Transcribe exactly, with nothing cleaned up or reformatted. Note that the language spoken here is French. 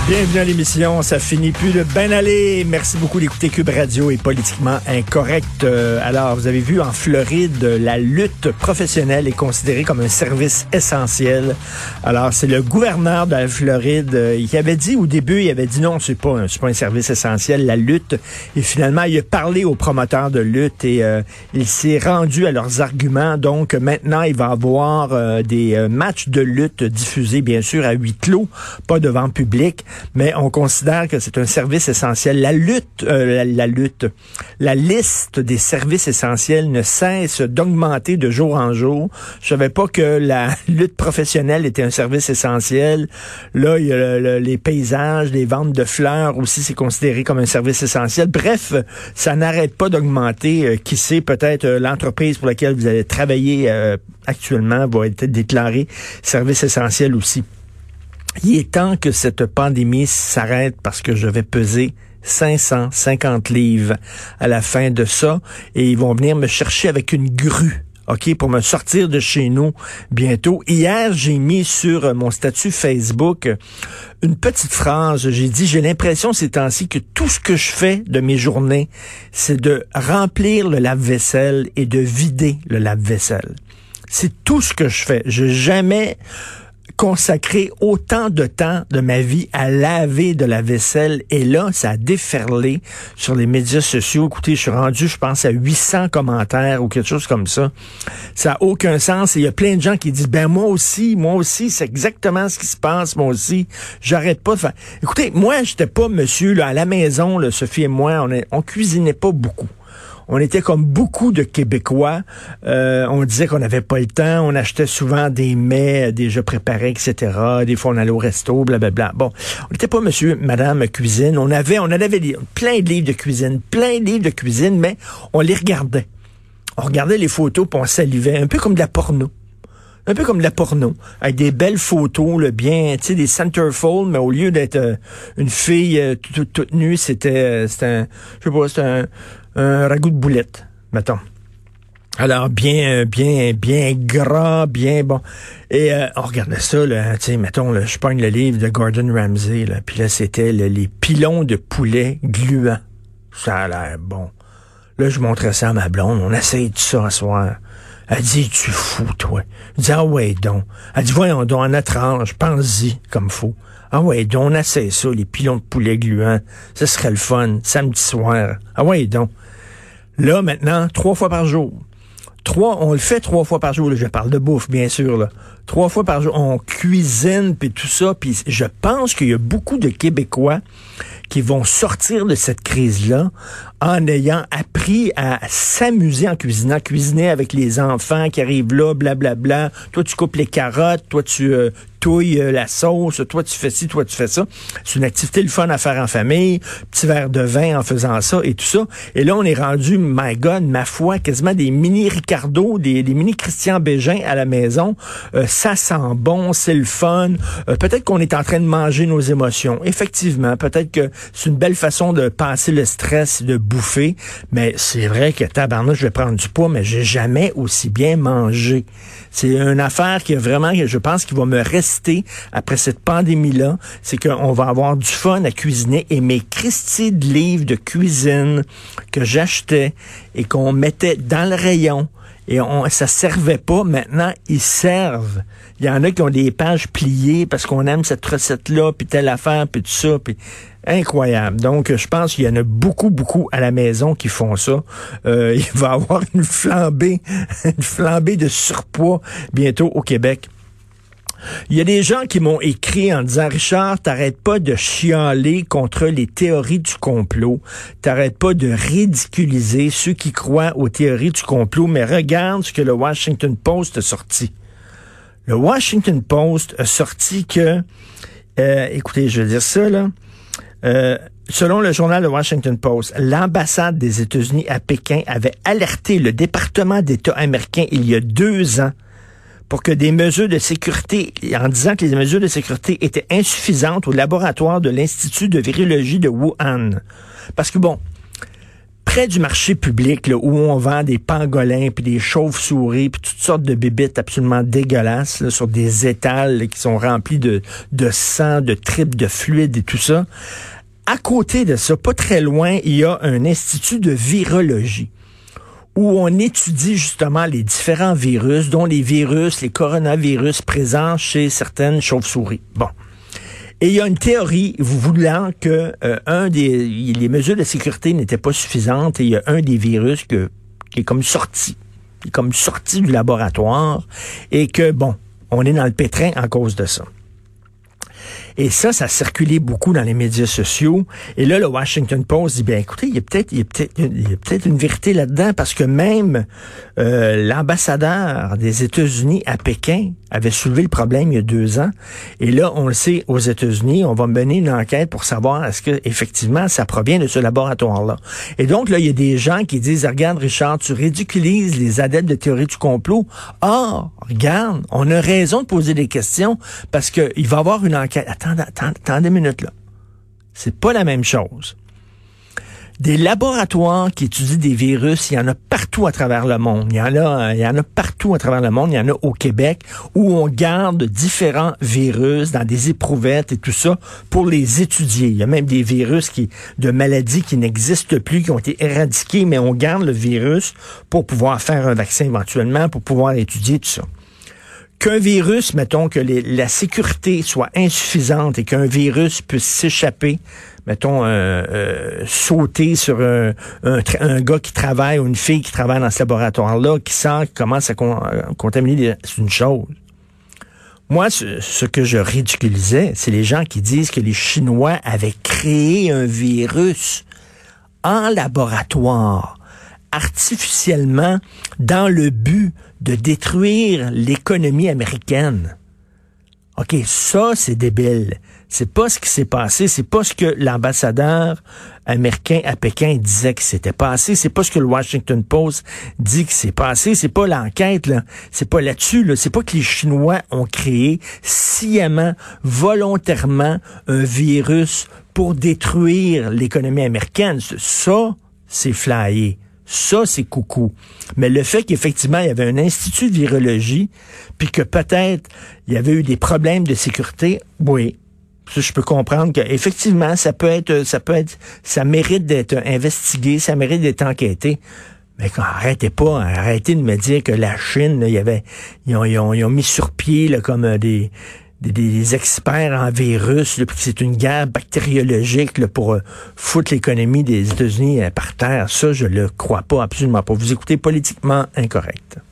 Bienvenue à l'émission, ça finit plus de ben aller. Merci beaucoup d'écouter Cube Radio et Politiquement Incorrect. Euh, alors, vous avez vu, en Floride, la lutte professionnelle est considérée comme un service essentiel. Alors, c'est le gouverneur de la Floride euh, qui avait dit, au début, il avait dit non, c'est pas, un, c'est pas un service essentiel, la lutte. Et finalement, il a parlé aux promoteurs de lutte et euh, il s'est rendu à leurs arguments. Donc, maintenant, il va y avoir euh, des euh, matchs de lutte diffusés, bien sûr, à huis clos, pas devant public. Mais on considère que c'est un service essentiel. La lutte, euh, la, la lutte, la liste des services essentiels ne cesse d'augmenter de jour en jour. Je savais pas que la lutte professionnelle était un service essentiel. Là, il y a le, le, les paysages, les ventes de fleurs aussi, c'est considéré comme un service essentiel. Bref, ça n'arrête pas d'augmenter. Euh, qui sait, peut-être euh, l'entreprise pour laquelle vous allez travailler euh, actuellement va être déclarée service essentiel aussi. Il est temps que cette pandémie s'arrête parce que je vais peser cinq cent cinquante livres à la fin de ça et ils vont venir me chercher avec une grue. OK, pour me sortir de chez nous bientôt. Hier, j'ai mis sur mon statut Facebook une petite phrase. J'ai dit, j'ai l'impression ces temps-ci que tout ce que je fais de mes journées, c'est de remplir le lave-vaisselle et de vider le lave-vaisselle. C'est tout ce que je fais. Je n'ai jamais consacré autant de temps de ma vie à laver de la vaisselle. Et là, ça a déferlé sur les médias sociaux. Écoutez, je suis rendu, je pense, à huit cents commentaires ou quelque chose comme ça. Ça n'a aucun sens. Et il y a plein de gens qui disent, ben moi aussi, moi aussi, c'est exactement ce qui se passe, moi aussi. J'arrête pas de faire... Écoutez, moi, j'étais pas monsieur, là, à la maison, là, Sophie et moi, on, est, on cuisinait pas beaucoup. On était comme beaucoup de Québécois. Euh, on disait qu'on n'avait pas le temps. On achetait souvent des mets déjà préparés, et cetera. Des fois, on allait au resto, blablabla. Bon, on n'était pas monsieur, madame cuisine. On avait, on avait plein de livres de cuisine, plein de livres de cuisine, mais on les regardait. On regardait les photos, puis on salivait, un peu comme de la porno. Un peu comme de la porno, avec des belles photos, là, bien, tu sais, des centerfolds, mais au lieu d'être euh, une fille euh, toute, toute nue, c'était, euh, c'était un, je sais pas, c'était un, un ragoût de boulette, mettons. Alors, bien, bien, bien gras, bien bon. Et euh, on regardait ça, là, tu sais, mettons, là, je pogne le livre de Gordon Ramsay, là, puis là, c'était là, les pilons de poulet gluants. Ça a l'air bon. Là, je montrais ça à ma blonde, on essaye tout ça ce soir. Elle dit, tu fous, toi. Je dis, ah ouais, donc. Elle dit, voyons donc, à notre âge, pense-y comme faut. Ah ouais, donc, on essaie ça, les pilons de poulet gluants. Ça serait le fun, samedi soir. Ah ouais, donc. Là, maintenant, trois fois par jour. Trois, on le fait trois fois par jour. Là, je parle de bouffe, bien sûr, là. Trois fois par jour. On cuisine, puis tout ça. Puis je pense qu'il y a beaucoup de Québécois qui vont sortir de cette crise-là en ayant appris à s'amuser en cuisinant, cuisiner avec les enfants qui arrivent là, blablabla. Bla, bla. Toi, tu coupes les carottes, toi, tu euh, touilles euh, la sauce, toi, tu fais ci, toi, tu fais ça. C'est une activité le fun à faire en famille, petit verre de vin en faisant ça et tout ça. Et là, on est rendu, my God, ma foi, quasiment des mini Ricardo, des, des mini Christian Bégin à la maison. Euh, ça sent bon, c'est le fun. Euh, peut-être qu'on est en train de manger nos émotions. Effectivement, peut-être que c'est une belle façon de passer le stress, de bouffer, mais c'est vrai que tabarnouche, je vais prendre du poids, mais j'ai jamais aussi bien mangé. C'est une affaire qui est vraiment, je pense, qui va me rester après cette pandémie-là, c'est qu'on va avoir du fun à cuisiner et mes Christie de livres de cuisine que j'achetais et qu'on mettait dans le rayon et on, ça servait pas, maintenant, ils servent. Il y en a qui ont des pages pliées parce qu'on aime cette recette-là, puis telle affaire, puis tout ça, puis incroyable. Donc, je pense qu'il y en a beaucoup, beaucoup à la maison qui font ça. Euh, il va y avoir une flambée, une flambée de surpoids bientôt au Québec. Il y a des gens qui m'ont écrit en disant, Richard, t'arrêtes pas de chialer contre les théories du complot. T'arrêtes pas de ridiculiser ceux qui croient aux théories du complot, mais regarde ce que le Washington Post a sorti. Le Washington Post a sorti que, euh, écoutez, je vais dire ça, là, euh, selon le journal The Washington Post, l'ambassade des États-Unis à Pékin avait alerté le département d'État américain il y a deux ans pour que des mesures de sécurité, en disant que les mesures de sécurité étaient insuffisantes au laboratoire de l'Institut de virologie de Wuhan. Parce que bon, près du marché public, là, où on vend des pangolins, puis des chauves-souris, puis toutes sortes de bébites absolument dégueulasses, là, sur des étals là, qui sont remplis de, de sang, de tripes, de fluides et tout ça. À côté de ça, pas très loin, il y a un institut de virologie où on étudie justement les différents virus, dont les virus, les coronavirus présents chez certaines chauves-souris. Bon. Et il y a une théorie vous voulant que euh, un des les mesures de sécurité n'étaient pas suffisantes et il y a un des virus que, qui est comme sorti, qui est comme sorti du laboratoire et que, bon, on est dans le pétrin à cause de ça. Et ça, ça a circulé beaucoup dans les médias sociaux. Et là, le Washington Post dit, bien, écoutez, il y a peut-être, il y a peut-être, il y a peut-être une vérité là-dedans parce que même euh, l'ambassadeur des États-Unis à Pékin avait soulevé le problème il y a deux ans. Et là, on le sait, aux États-Unis, on va mener une enquête pour savoir est-ce que effectivement ça provient de ce laboratoire-là. Et donc, là, il y a des gens qui disent, regarde, Richard, tu ridiculises les adeptes de théorie du complot. Ah, regarde, on a raison de poser des questions parce que il va y avoir une enquête. Attends, attends, attendez une minute, là. C'est pas la même chose. Des laboratoires qui étudient des virus, il y en a partout à travers le monde. Il y en a, il y en a partout à travers le monde. Il y en a au Québec où on garde différents virus dans des éprouvettes et tout ça pour les étudier. Il y a même des virus qui, de maladies qui n'existent plus, qui ont été éradiqués, mais on garde le virus pour pouvoir faire un vaccin éventuellement, pour pouvoir étudier tout ça. Qu'un virus, mettons, que les, la sécurité soit insuffisante et qu'un virus puisse s'échapper, mettons, euh, euh, sauter sur un, un, un gars qui travaille ou une fille qui travaille dans ce laboratoire-là, qui sent, qui commence à con, à contaminer, c'est une chose. Moi, ce, ce que je ridiculisais, c'est les gens qui disent que les Chinois avaient créé un virus en laboratoire, artificiellement, dans le but de détruire l'économie américaine. OK, ça, c'est débile. C'est pas ce qui s'est passé. C'est pas ce que l'ambassadeur américain à Pékin disait que s'était passé. C'est pas ce que le Washington Post dit que c'est passé. C'est pas l'enquête, là. C'est pas là-dessus, là. C'est pas que les Chinois ont créé sciemment, volontairement, un virus pour détruire l'économie américaine. Ça, c'est flyé. Ça, c'est coucou. Mais le fait qu'effectivement, il y avait un institut de virologie, puis que peut-être il y avait eu des problèmes de sécurité, oui. Ça, je peux comprendre qu'effectivement, ça peut être, ça peut être, ça mérite d'être investigué, ça mérite d'être enquêté. Mais quand, arrêtez pas, arrêtez de me dire que la Chine, là, il y avait, ils ont, ils ont, ils ont mis sur pied, là, comme des, Des, des experts en virus, là, puis que c'est une guerre bactériologique là, pour euh, foutre l'économie des États-Unis euh, par terre. Ça, je le crois pas, absolument pas. Vous écoutez Politiquement Incorrect.